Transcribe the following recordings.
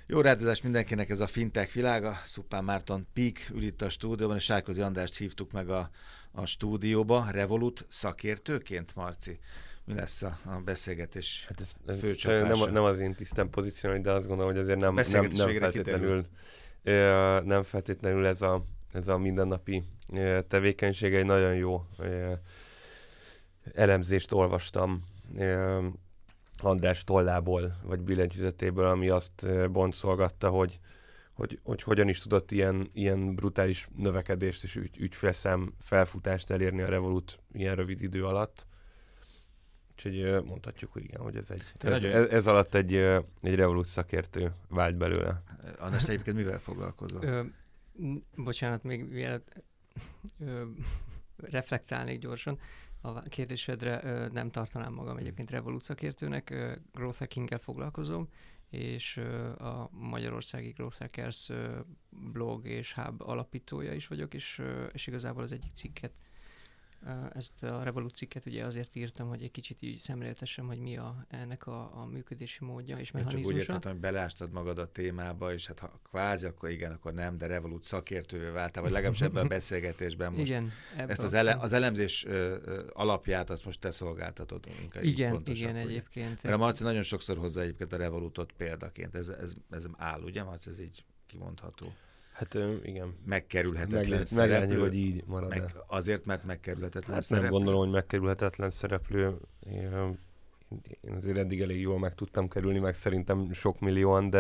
Jó rádiózás mindenkinek, ez a fintech világa. Szupán Márton Pík ül itt a stúdióban, és Sárközi Andrást hívtuk meg a stúdióba, Revolut szakértőként, Marci. Mi lesz a beszélgetés főcsapása? Nem az én tisztán pozícionálni, de azt gondolom, hogy azért nem feltétlenül ez a mindennapi tevékenység. Egy nagyon jó elemzést olvastam András tollából, vagy billentyűzetéből, ami azt boncolgatta, hogy hogyan is tudott ilyen brutális növekedést és ügyfélszám felfutást elérni a Revolut ilyen rövid idő alatt. Úgyhogy mondhatjuk, hogy igen, hogy ez alatt egy Revolut szakértő vált belőle. András, te egyébként mivel foglalkozol? Bocsánat, még mielőtt reflektálnék gyorsan. A kérdésedre nem tartanám magam egyébként Revolut szakértőnek, growth hackinggel foglalkozom, és a magyarországi Growth Hackers blog és hub alapítója is vagyok, és igazából az egyik cikket, ezt a Revolut cikket ugye azért írtam, hogy egy kicsit így szemléltessem, hogy mi ennek a működési módja és mechanizmusa. Csak úgy értettem, hogy beleástad magad a témába, és hát ha kvázi, akkor igen, akkor nem, de Revolut szakértővé váltál, vagy legalábbis ebben a beszélgetésben most. Igen, ezt az elemzés alapját azt most te szolgáltatod. Igen, egyébként. Mert a Marci nagyon sokszor hozza egyébként a Revolutot példaként. Ez áll, ugye, Marci, ez így kimondható. Hát igen. Megkerülhetetlen szereplő. Hogy így marad. Azért, mert megkerülhetetlen szereplő. Nem gondolom, hogy megkerülhetetlen szereplő. Én azért eddig elég jól meg tudtam kerülni, meg szerintem sok millióan,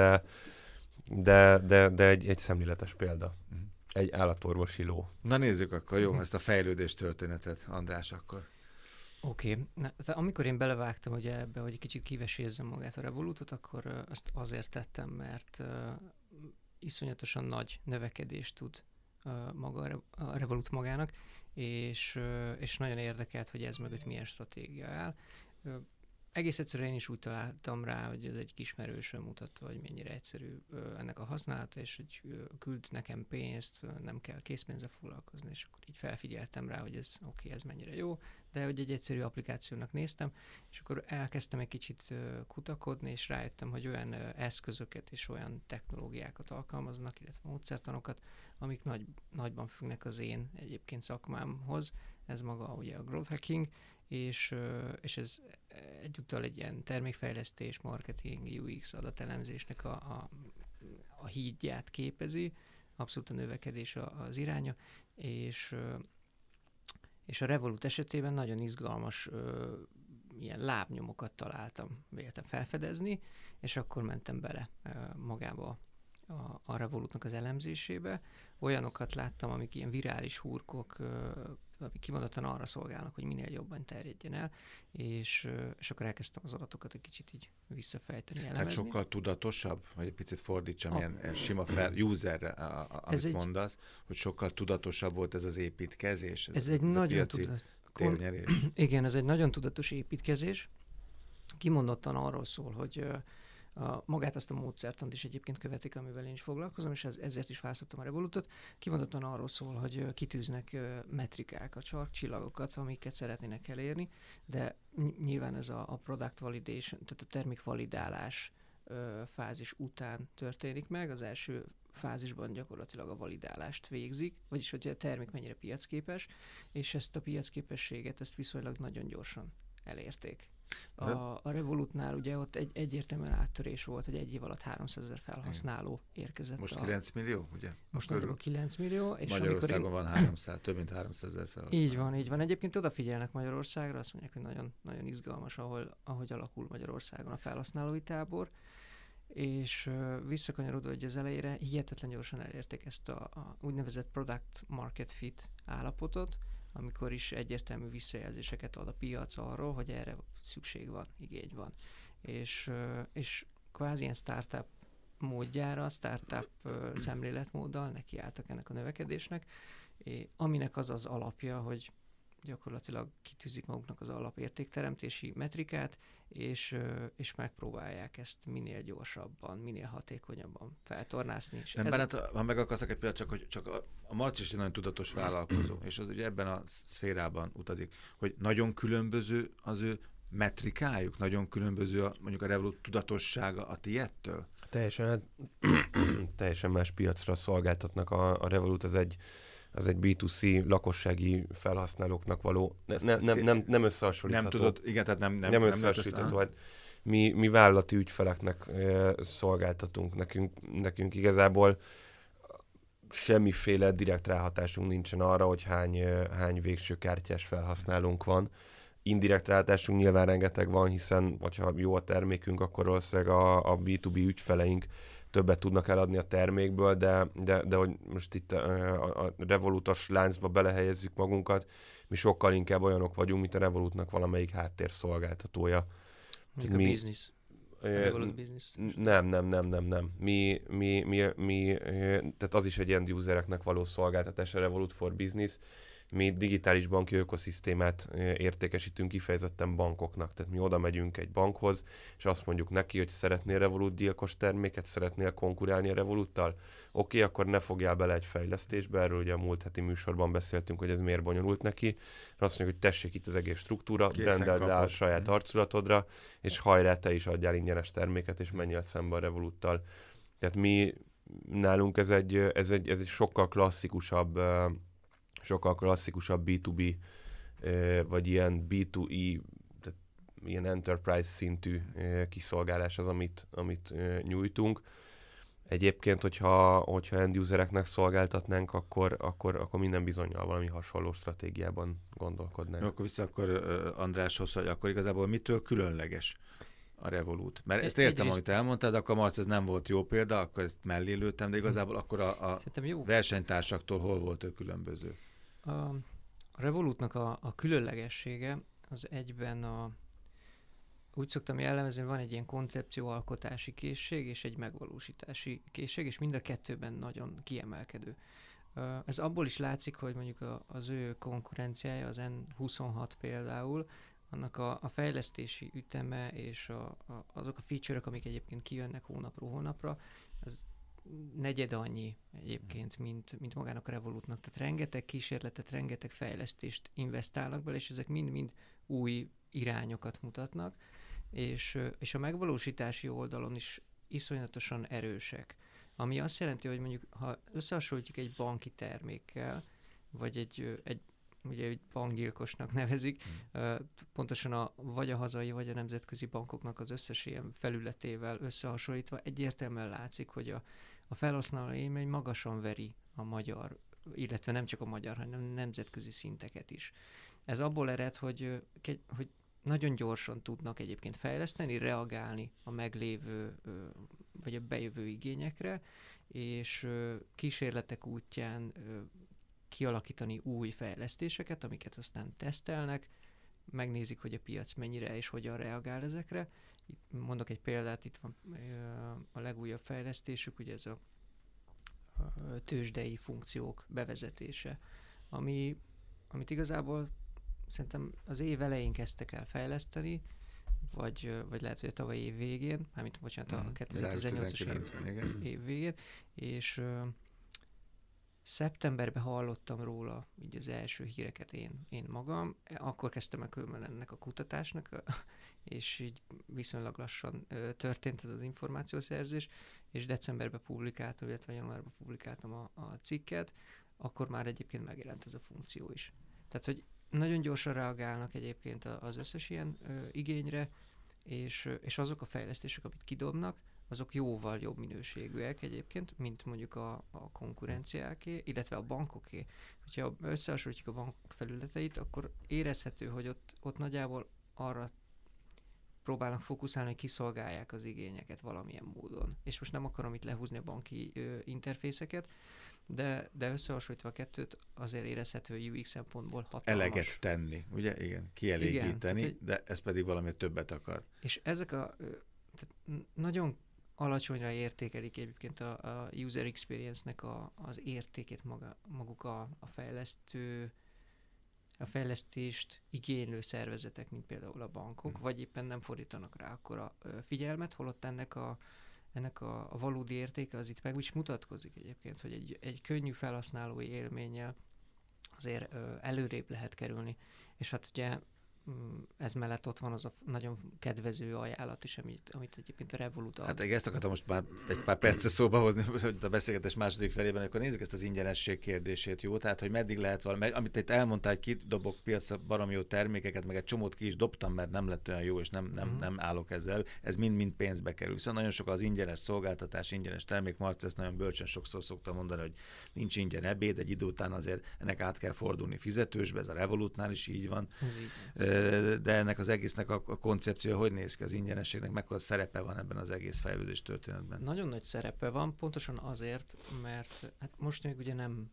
de egy szemléletes példa. Egy állatorvosi ló. Na nézzük akkor, jó, ezt a fejlődés történetet, András, akkor. Oké. Amikor én belevágtam ugye ebbe, hogy egy kicsit kivesézzem magát a Revolutot, akkor azt azért tettem, mert iszonyatosan nagy növekedést tud maga a Revolut magának, és nagyon érdekelt, hogy ez mögött milyen stratégia áll. Egész egyszerűen én is úgy találtam rá, hogy ez egy kismerősen mutatta, hogy mennyire egyszerű ennek a használata, és hogy küld nekem pénzt, nem kell készpénzzel foglalkozni, és akkor így felfigyeltem rá, hogy ez mennyire jó, de hogy egy egyszerű applikációnak néztem, és akkor elkezdtem egy kicsit kutakodni, és rájöttem, hogy olyan eszközöket és olyan technológiákat alkalmaznak, illetve módszertanokat, amik nagyban függnek az én egyébként szakmámhoz. Ez maga ugye a growth hacking, és ez egyúttal egy ilyen termékfejlesztés, marketing, UX adatelemzésnek a hídját képezi, abszolút a növekedés az iránya, és a Revolut esetében nagyon izgalmas ilyen lábnyomokat véltem felfedezni, és akkor mentem bele magába a Revolutnak az elemzésébe. Olyanokat láttam, amik ilyen virális hurkok, amik kimondottan arra szolgálnak, hogy minél jobban terjedjen el, és akkor elkezdtem az adatokat egy kicsit így visszafejteni, elemezni. Tehát sokkal tudatosabb, vagy egy picit fordítsam ilyen sima userre, amit mondasz, hogy sokkal tudatosabb volt ez az építkezés, ez egy nagyon térnyerés. Igen, ez egy nagyon tudatos építkezés. Kimondottan arról szól, hogy magát azt a módszertant is egyébként követik, amivel én is foglalkozom, és ezért is választottam a Revolutot. Kimondottan arról szól, hogy kitűznek metrikákat, sarkcsillagokat, amiket szeretnének elérni, de nyilván ez a product validation, tehát a termékvalidálás fázis után történik meg. Az első fázisban gyakorlatilag a validálást végzik, vagyis hogy a termék mennyire piacképes, és ezt a piacképességet viszonylag nagyon gyorsan elérték. A Revolutnál ugye ott egyértelműen áttörés volt, hogy egy év alatt 300 000 felhasználó érkezett. Most 9 millió, ugye? Most nagyjából 9 millió. És Magyarországon van több mint 300 000 felhasználó. Így van. Egyébként odafigyelnek Magyarországra, azt mondják, hogy nagyon, nagyon izgalmas, ahogy alakul Magyarországon a felhasználói tábor. És visszakanyarodva az elejére, hihetetlen gyorsan elérték ezt a úgynevezett product market fit állapotot, amikor is egyértelmű visszajelzéseket ad a piac arról, hogy erre szükség van, igény van. És kvázi ilyen startup módjára, startup szemléletmóddal nekiálltak ennek a növekedésnek, aminek az az alapja, hogy gyakorlatilag kitűzik maguknak az alapértékteremtési metrikát, és megpróbálják ezt minél gyorsabban, minél hatékonyabban feltornászni. Ha megakasztak egy pillanat, csak a Marci is egy nagyon tudatos vállalkozó, és az ugye ebben a szférában utazik, hogy nagyon különböző az ő metrikájuk, nagyon különböző mondjuk a Revolut tudatossága a tiettől? Teljesen más piacra szolgáltatnak. A Revolut az egy B2C lakossági felhasználóknak való, nem összehasonlítható. Nem tudod, igen, tehát nem összehasonlítható. Mi vállalati ügyfeleknek szolgáltatunk, nekünk igazából semmiféle direkt ráhatásunk nincsen arra, hogy hány végső kártyás felhasználónk van. Indirekt ráhatásunk nyilván rengeteg van, hiszen ha jó a termékünk, akkor valószínűleg a B2B ügyfeleink többet tudnak eladni a termékből, de hogy most itt a Revolutos láncba belehelyezzük magunkat, mi sokkal inkább olyanok vagyunk, mint a Revolutnak valamelyik háttérszolgáltatója. Mondjuk a business. Revolut Business. Nem. Mi, tehát az is egy end usereknek való szolgáltatás, a Revolut for Business. Mi digitális banki ökoszisztémát értékesítünk kifejezetten bankoknak. Tehát mi oda megyünk egy bankhoz, és azt mondjuk neki, hogy szeretnél Revolut gyilkos terméket, szeretnél konkurálni a Revoluttal? Oké, akkor ne fogjál bele egy fejlesztésbe, erről ugye a múlt heti műsorban beszéltünk, hogy ez miért bonyolult neki. És azt mondjuk, hogy tessék itt az egész struktúra, brandeld le a saját arculatodra, és hajrá, te is adjál ingyenes terméket, és menjél szembe a Revoluttal. Tehát nálunk ez egy sokkal klasszikusabb B2B, vagy ilyen B2E, tehát ilyen enterprise szintű kiszolgálás az, amit nyújtunk. Egyébként, hogyha end usereknek szolgáltatnánk, akkor minden bizonnyal valami hasonló stratégiában gondolkodnánk. Akkor Andráshoz, hogy akkor igazából mitől különleges a Revolut? Mert ezt értem, amit elmondtad, akkor Marci, ez nem volt jó példa, akkor ezt mellé lőttem, de igazából akkor a versenytársaktól hol volt ő különböző? A Revolutnak a különlegessége az egyben úgy szoktam jellemezni, hogy van egy ilyen koncepcióalkotási készség és egy megvalósítási készség, és mind a kettőben nagyon kiemelkedő. Ez abból is látszik, hogy mondjuk az ő konkurenciája, az N26 például, annak a fejlesztési üteme és azok a feature-ök, amik egyébként kijönnek hónapról hónapra, az negyed annyi egyébként, mint magának a Revolutnak. Tehát rengeteg kísérletet, rengeteg fejlesztést investálnak bele, és ezek mind-mind új irányokat mutatnak, és a megvalósítási oldalon is iszonyatosan erősek. Ami azt jelenti, hogy mondjuk, ha összehasonlítjuk egy banki termékkel, vagy ugye egy bankgyilkosnak nevezik, pontosan vagy a hazai, vagy a nemzetközi bankoknak az összes ilyen felületével összehasonlítva egyértelműen látszik, hogy a felhasználó élmény magasan veri a magyar, illetve nem csak a magyar, hanem nemzetközi szinteket is. Ez abból ered, hogy nagyon gyorsan tudnak egyébként fejleszteni, reagálni a meglévő vagy a bejövő igényekre, és kísérletek útján kialakítani új fejlesztéseket, amiket aztán tesztelnek, megnézik, hogy a piac mennyire és hogyan reagál ezekre. Itt mondok egy példát, itt van a legújabb fejlesztésük, ugye ez a tőzsdei funkciók bevezetése, amit igazából szerintem az év elején kezdtek el fejleszteni, vagy lehet, hogy a tavalyi év végén, a 2018-as év végén, és szeptemberben hallottam róla így az első híreket én magam, akkor kezdtem el különben ennek a kutatásnak, és így viszonylag lassan történt ez az információszerzés, és decemberben publikáltam, illetve januárban publikáltam a cikket, akkor már egyébként megjelent ez a funkció is. Tehát, hogy nagyon gyorsan reagálnak egyébként az összes ilyen igényre, és azok a fejlesztések, amit kidobnak, azok jóval jobb minőségűek egyébként, mint mondjuk a konkurenciáké, illetve a bankoké. Ha összehasonlítjuk a bankok felületeit, akkor érezhető, hogy ott nagyjából arra próbálnak fókuszálni, hogy kiszolgálják az igényeket valamilyen módon. És most nem akarom itt lehúzni a banki interfészeket, de összehasonlítva a kettőt azért érezhető, hogy UX szempontból hatalmas. Eleget tenni, ugye? Igen, kielégíteni, igen, de ez pedig valami többet akar. És ezek tehát nagyon alacsonyra értékelik egyébként a user experience-nek az értékét maguk a fejlesztést igénylő szervezetek, mint például a bankok, vagy éppen nem fordítanak rá akkora figyelmet, holott ennek a valódi értéke az itt meg is mutatkozik egyébként, hogy egy könnyű felhasználói élménnyel azért előrébb lehet kerülni. És hát ugye ez mellett ott van az a nagyon kedvező ajánlat is, amit egyébként a Revolut ad. Hát ezt akartam most már egy pár percre szóba hozni a beszélgetés második felében, akkor nézzük ezt az ingyenesség kérdését, jó? Tehát, hogy meddig lehet valami, amit itt elmondtál, hogy kidobok piacra baromi jó termékeket, meg egy csomót ki is dobtam, mert nem lett olyan jó, és nem állok ezzel. Ez mind-mind pénzbe kerül. Szóval nagyon sok az ingyenes szolgáltatás, ingyenes termék. Marci ezt nagyon bölcsen sokszor szoktam mondani, hogy nincs ingyen ebéd, egy idő után azért ennek át kell fordulni fizetősbe, ez a Revolutnál is így van. De ennek az egésznek a koncepciója hogy néz ki az ingyenességnek, mekkora szerepe van ebben az egész fejlődés történetben? Nagyon nagy szerepe van, pontosan azért, mert hát most még ugye nem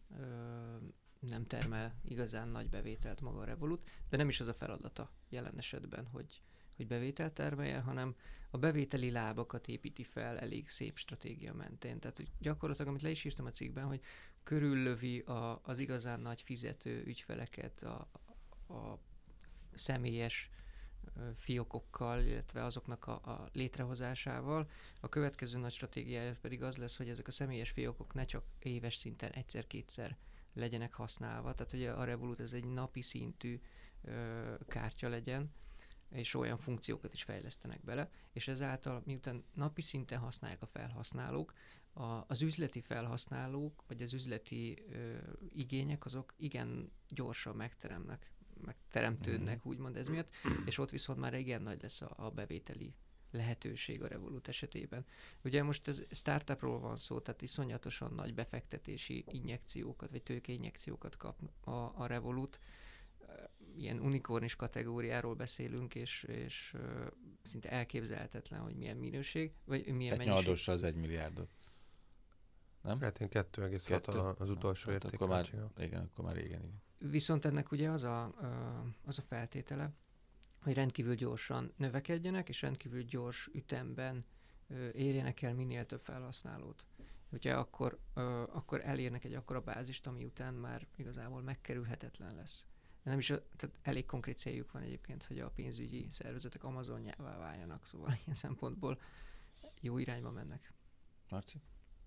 termel igazán nagy bevételt maga a Revolut, de nem is az a feladata jelen esetben, hogy bevételt termeljen, hanem a bevételi lábakat építi fel elég szép stratégia mentén. Tehát hogy gyakorlatilag, amit le is írtam a cikkben, hogy körüllövi az igazán nagy fizető ügyfeleket a személyes fiókokkal, illetve azoknak a létrehozásával. A következő nagy stratégiája pedig az lesz, hogy ezek a személyes fiókok ne csak éves szinten egyszer-kétszer legyenek használva, tehát hogy a Revolut ez egy napi szintű kártya legyen, és olyan funkciókat is fejlesztenek bele, és ezáltal miután napi szinten használják a felhasználók, az üzleti felhasználók, vagy az üzleti igények, azok igen gyorsan megteremtődnek, úgymond ez miatt, és ott viszont már igen nagy lesz a bevételi lehetőség a Revolut esetében. Ugye most ez startupról van szó, tehát iszonyatosan nagy befektetési injekciókat, vagy tőkeinjekciókat kap a Revolut. Ilyen unikornis kategóriáról beszélünk, és szinte elképzelhetetlen, hogy milyen minőség, vagy milyen mennyiség. Tehát nyaldossa az 1 milliárdot. Nem? Hát én 2,6 az utolsó érték. Akkor már igen. Viszont ennek ugye az a feltétele, hogy rendkívül gyorsan növekedjenek, és rendkívül gyors ütemben érjenek el minél több felhasználót. Ugye akkor elérnek egy akkora bázist, ami után már igazából megkerülhetetlen lesz. Nem is, tehát elég konkrét céljuk van egyébként, hogy a pénzügyi szervezetek Amazonjává váljanak, szóval ilyen szempontból jó irányba mennek. Marci?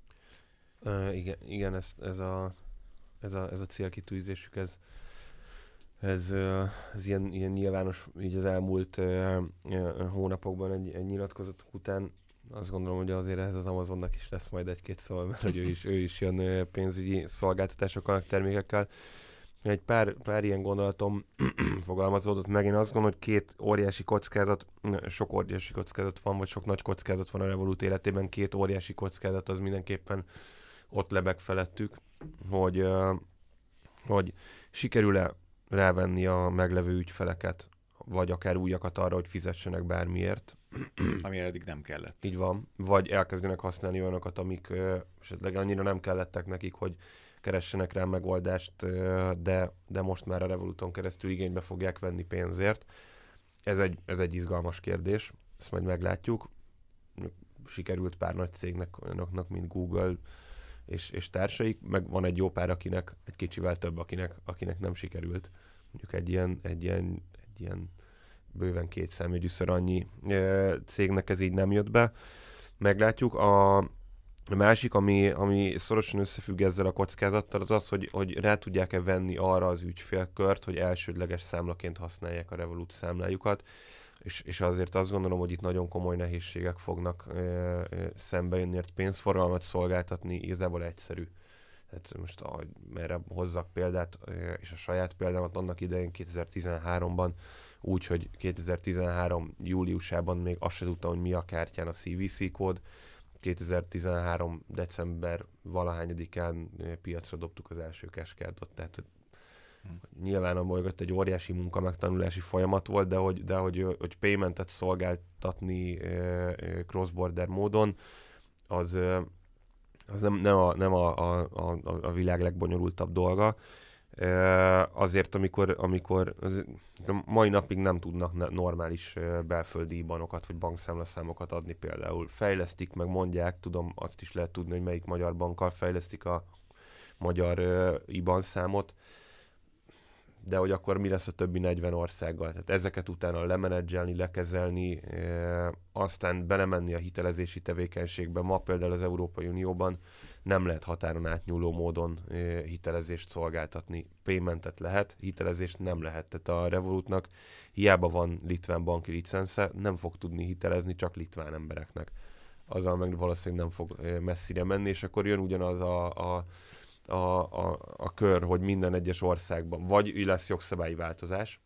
Igen, ez a célkitűzésük, ez ilyen nyilvános, így az elmúlt hónapokban egy nyilatkozatok után. Azt gondolom, hogy azért ehhez az Amazonnak is lesz majd egy-két szó, mert hogy ő is jön pénzügyi szolgáltatásokkal, termékekkel. Egy pár ilyen gondolatom fogalmazódott meg. Én azt gondolom, hogy sok óriási kockázat van, vagy sok nagy kockázat van a Revolut életében. 2 óriási kockázat az mindenképpen ott lebeg felettük, hogy sikerül-e rávenni a meglevő ügyfeleket, vagy akár újakat arra, hogy fizessenek bármiért. Amire eddig nem kellett. Így van. Vagy elkezdenek használni olyanokat, amik esetleg annyira nem kellettek nekik, hogy keressenek rá megoldást, de most már a Revoluton keresztül igénybe fogják venni pénzért. Ez egy izgalmas kérdés, ezt majd meglátjuk. Sikerült pár nagy cégnek, olyanoknak, mint Google és társaik, meg van egy jó pár, akinek egy kicsivel több, akinek nem sikerült. Mondjuk egy ilyen bőven 2 számjegyűször annyi cégnek ez így nem jött be. Meglátjuk. A másik, ami szorosan összefügg ezzel a kockázattal, az az, hogy rá tudják-e venni arra az ügyfélkört, hogy elsődleges számlaként használják a Revolut számlájukat, és azért azt gondolom, hogy itt nagyon komoly nehézségek fognak szembe jönni, mert pénzforgalmat szolgáltatni igazából egyszerű. Tehát most merre hozzak példát, és a saját példámat annak idején 2013-ban, úgy, hogy 2013 júliusában még azt se tudtam, hogy mi a kártyán a CVC kód. 2013 december valahányadikán piacra dobtuk az első cashcardot, tehát nyilván a mögött egy óriási munka, megtanulási folyamat volt, de hogy paymentet szolgáltatni cross-border módon, az nem a világ legbonyolultabb dolga. Azért, amikor mai napig nem tudnak normális belföldi IBAN-okat vagy bankszámlaszámokat adni például. Fejlesztik, meg mondják, tudom, azt is lehet tudni, hogy melyik magyar bankkal fejlesztik a magyar IBAN számot, de hogy akkor mi lesz a többi 40 országgal. Tehát ezeket utána lemenedzselni, lekezelni, aztán belemenni a hitelezési tevékenységbe. Ma például az Európai Unióban nem lehet határon átnyúló módon hitelezést szolgáltatni. Paymentet lehet, hitelezést nem lehet. Tehát a Revolutnak hiába van litván banki licensze, nem fog tudni hitelezni csak litván embereknek. Azzal meg valószínűleg nem fog messzire menni, és akkor jön ugyanaz a kör, hogy minden egyes országban vagy lesz jogszabályi változás,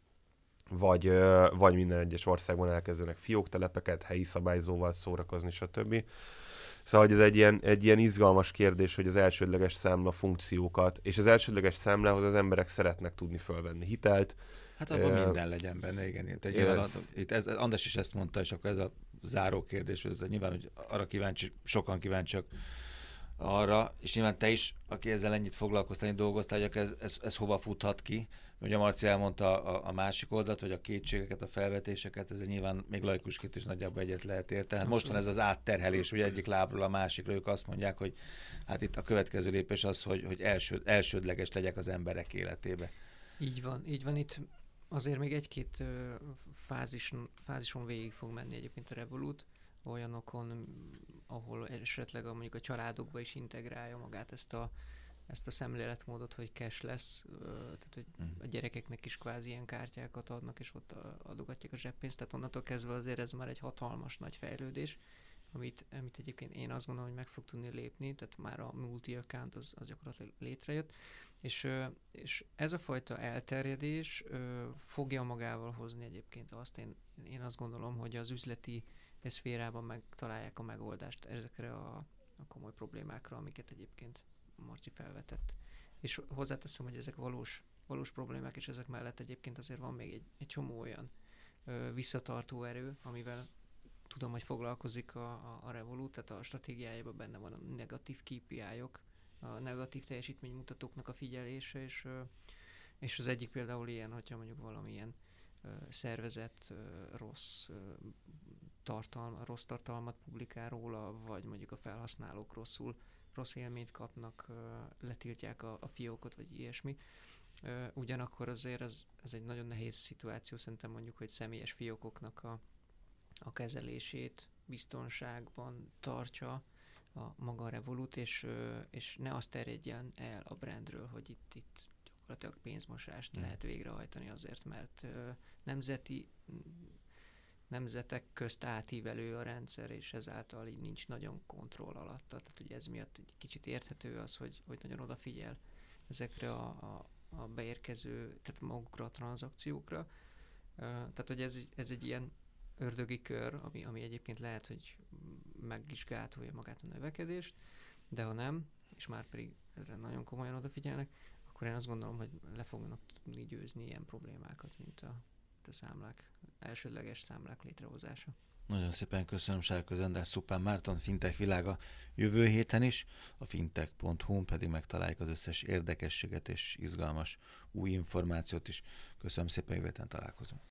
vagy minden egyes országban elkezdenek fióktelepeket, helyi szabályzóval szórakozni, stb. Szóval hogy ez egy ilyen izgalmas kérdés, hogy az elsődleges számla funkciókat, és az elsődleges számlához az emberek szeretnek tudni fölvenni hitelt. Hát abban minden legyen benne, igen. András is ezt mondta, és akkor ez a záró kérdés, hogy nyilván, hogy arra sokan kíváncsiak arra, és nyilván te is, aki ezzel ennyit foglalkoztál, dolgoztál, hogy ez hova futhat ki. Ugye Marci elmondta a másik oldalt, vagy a kétségeket, a felvetéseket, ez nyilván még laikusként is nagyjából egyet lehet érteni. Hát most van ez az átterhelés, ugye egyik lábról a másikra, ők azt mondják, hogy hát itt a következő lépés az, hogy elsődleges legyek az emberek életébe. Így van. Itt azért még egy-két fázison végig fog menni egyébként a Revolut, olyanokon, ahol esetleg mondjuk a családokba is integrálja magát ezt a szemléletmódot, hogy cash lesz, tehát hogy a gyerekeknek is kvázi ilyen kártyákat adnak, és ott adogatják a zseppénzt, tehát onnantól kezdve azért ez már egy hatalmas nagy fejlődés, amit egyébként én azt gondolom, hogy meg fog tudni lépni, tehát már a multi-account az gyakorlatilag létrejött, és ez a fajta elterjedés fogja magával hozni egyébként azt, én azt gondolom, hogy az üzleti szférában megtalálják a megoldást ezekre a komoly problémákra, amiket egyébként Marci felvetett. És hozzáteszem, hogy ezek valós problémák, és ezek mellett egyébként azért van még egy csomó olyan visszatartó erő, amivel tudom, hogy foglalkozik a Revolut, tehát a stratégiájában benne van a negatív KPI-ok, a negatív teljesítménymutatóknak a figyelése, és az egyik például ilyen, hogyha mondjuk valamilyen szervezet rossz tartalmat publikál róla, vagy mondjuk a felhasználók rossz élményt kapnak, letiltják a fiókot, vagy ilyesmi. Ugyanakkor azért ez egy nagyon nehéz szituáció, szerintem mondjuk, hogy személyes fiókoknak a kezelését biztonságban tartsa maga a Revolut, és ne azt terjedjen el a brandről, hogy itt gyakorlatilag pénzmosást lehet végrehajtani azért, mert nemzetek közt átívelő a rendszer, és ezáltal így nincs nagyon kontroll alatta. Tehát ugye ez miatt egy kicsit érthető az, hogy nagyon odafigyel ezekre a beérkező, tehát magukra a tranzakciókra. Tehát, hogy ez egy ilyen ördögi kör, ami egyébként lehet, hogy meg is gátolja magát a növekedést, de ha nem, és már pedig erre nagyon komolyan odafigyelnek, akkor én azt gondolom, hogy le fognak tudni győzni ilyen problémákat, mint a elsődleges számlák létrehozása. Nagyon szépen köszönöm Sárközi András, Szupán Márton, Fintech világa jövő héten is, a fintech.hu-n pedig megtaláljuk az összes érdekességet és izgalmas új információt is. Köszönöm szépen, jövő héten találkozunk.